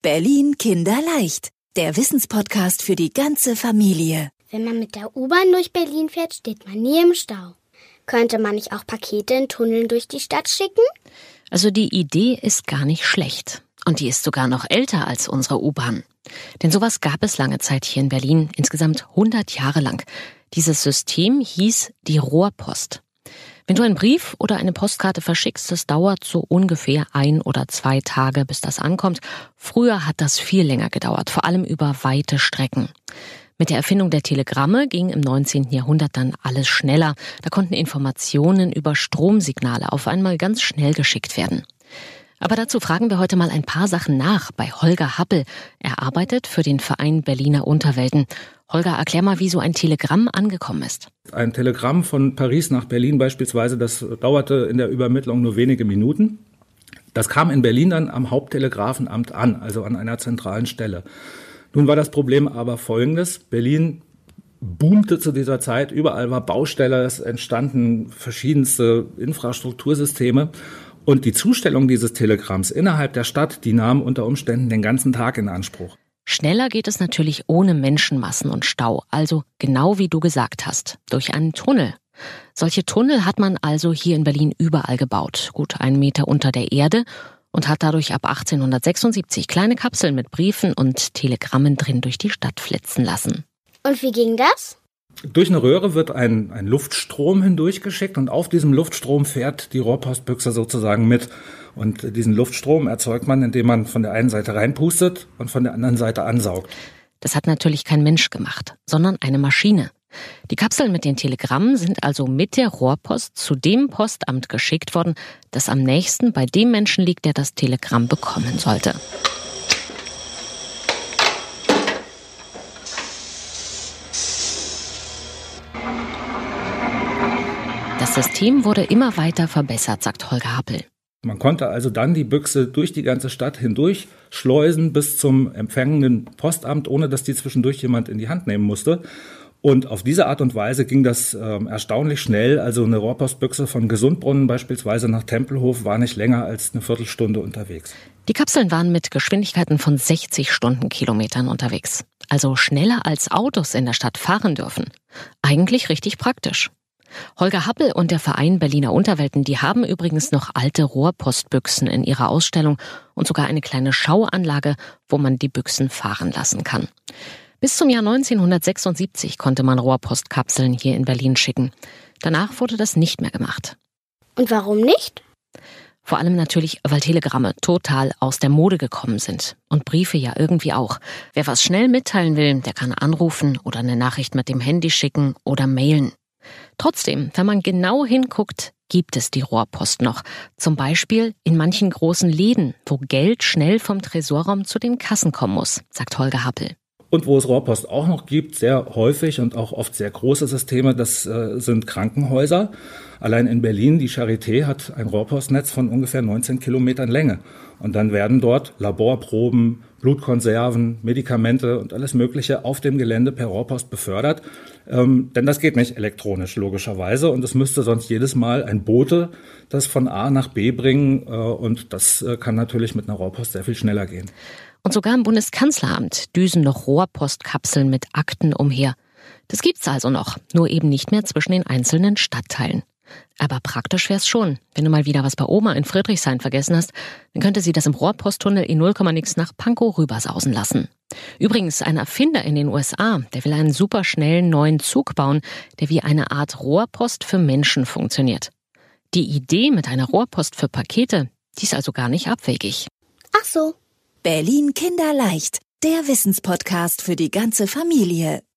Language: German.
Berlin kinderleicht, der Wissenspodcast für die ganze Familie. Wenn man mit der U-Bahn durch Berlin fährt, steht man nie im Stau. Könnte man nicht auch Pakete in Tunneln durch die Stadt schicken? Also die Idee ist gar nicht schlecht. Und die ist sogar noch älter als unsere U-Bahn. Denn sowas gab es lange Zeit hier in Berlin, insgesamt 100 Jahre lang. Dieses System hieß die Rohrpost. Wenn du einen Brief oder eine Postkarte verschickst, das dauert so ungefähr 1 oder 2 Tage, bis das ankommt. Früher hat das viel länger gedauert, vor allem über weite Strecken. Mit der Erfindung der Telegramme ging im 19. Jahrhundert dann alles schneller. Da konnten Informationen über Stromsignale auf einmal ganz schnell geschickt werden. Aber dazu fragen wir heute mal ein paar Sachen nach bei Holger Happel. Er arbeitet für den Verein Berliner Unterwelten. Holger, erklär mal, wie so ein Telegramm angekommen ist. Ein Telegramm von Paris nach Berlin beispielsweise, das dauerte in der Übermittlung nur wenige Minuten. Das kam in Berlin dann am Haupttelegrafenamt an, also an einer zentralen Stelle. Nun war das Problem aber folgendes: Berlin boomte zu dieser Zeit, überall war Baustelle, es entstanden verschiedenste Infrastruktursysteme. Und die Zustellung dieses Telegramms innerhalb der Stadt, die nahm unter Umständen den ganzen Tag in Anspruch. Schneller geht es natürlich ohne Menschenmassen und Stau, also genau wie du gesagt hast, durch einen Tunnel. Solche Tunnel hat man also hier in Berlin überall gebaut, gut 1 Meter unter der Erde, und hat dadurch ab 1876 kleine Kapseln mit Briefen und Telegrammen drin durch die Stadt flitzen lassen. Und wie ging das? Durch eine Röhre wird ein Luftstrom hindurchgeschickt und auf diesem Luftstrom fährt die Rohrpostbüchse sozusagen mit. Und diesen Luftstrom erzeugt man, indem man von der einen Seite reinpustet und von der anderen Seite ansaugt. Das hat natürlich kein Mensch gemacht, sondern eine Maschine. Die Kapseln mit den Telegrammen sind also mit der Rohrpost zu dem Postamt geschickt worden, das am nächsten bei dem Menschen liegt, der das Telegramm bekommen sollte. Das System wurde immer weiter verbessert, sagt Holger Happel. Man konnte also dann die Büchse durch die ganze Stadt hindurch schleusen bis zum empfängenden Postamt, ohne dass die zwischendurch jemand in die Hand nehmen musste. Und auf diese Art und Weise ging das erstaunlich schnell. Also eine Rohrpostbüchse von Gesundbrunnen beispielsweise nach Tempelhof war nicht länger als eine Viertelstunde unterwegs. Die Kapseln waren mit Geschwindigkeiten von 60 Stundenkilometern unterwegs. Also schneller als Autos in der Stadt fahren dürfen. Eigentlich richtig praktisch. Holger Happel und der Verein Berliner Unterwelten, die haben übrigens noch alte Rohrpostbüchsen in ihrer Ausstellung und sogar eine kleine Schauanlage, wo man die Büchsen fahren lassen kann. Bis zum Jahr 1976 konnte man Rohrpostkapseln hier in Berlin schicken. Danach wurde das nicht mehr gemacht. Und warum nicht? Vor allem natürlich, weil Telegramme total aus der Mode gekommen sind. Und Briefe ja irgendwie auch. Wer was schnell mitteilen will, der kann anrufen oder eine Nachricht mit dem Handy schicken oder mailen. Trotzdem, wenn man genau hinguckt, gibt es die Rohrpost noch. Zum Beispiel in manchen großen Läden, wo Geld schnell vom Tresorraum zu den Kassen kommen muss, sagt Holger Happel. Und wo es Rohrpost auch noch gibt, sehr häufig und auch oft sehr große Systeme, das sind Krankenhäuser. Allein in Berlin, die Charité hat ein Rohrpostnetz von ungefähr 19 Kilometern Länge. Und dann werden dort Laborproben, Blutkonserven, Medikamente und alles Mögliche auf dem Gelände per Rohrpost befördert. Denn das geht nicht elektronisch, logischerweise. Und es müsste sonst jedes Mal ein Bote das von A nach B bringen. Und das kann natürlich mit einer Rohrpost sehr viel schneller gehen. Und sogar im Bundeskanzleramt düsen noch Rohrpostkapseln mit Akten umher. Das gibt's also noch, nur eben nicht mehr zwischen den einzelnen Stadtteilen. Aber praktisch wär's schon. Wenn du mal wieder was bei Oma in Friedrichshain vergessen hast, dann könnte sie das im Rohrposttunnel in 0, nix nach Pankow rübersausen lassen. Übrigens, ein Erfinder in den USA, der will einen superschnellen neuen Zug bauen, der wie eine Art Rohrpost für Menschen funktioniert. Die Idee mit einer Rohrpost für Pakete, die ist also gar nicht abwegig. Ach so. Berlin kinderleicht, der Wissenspodcast für die ganze Familie.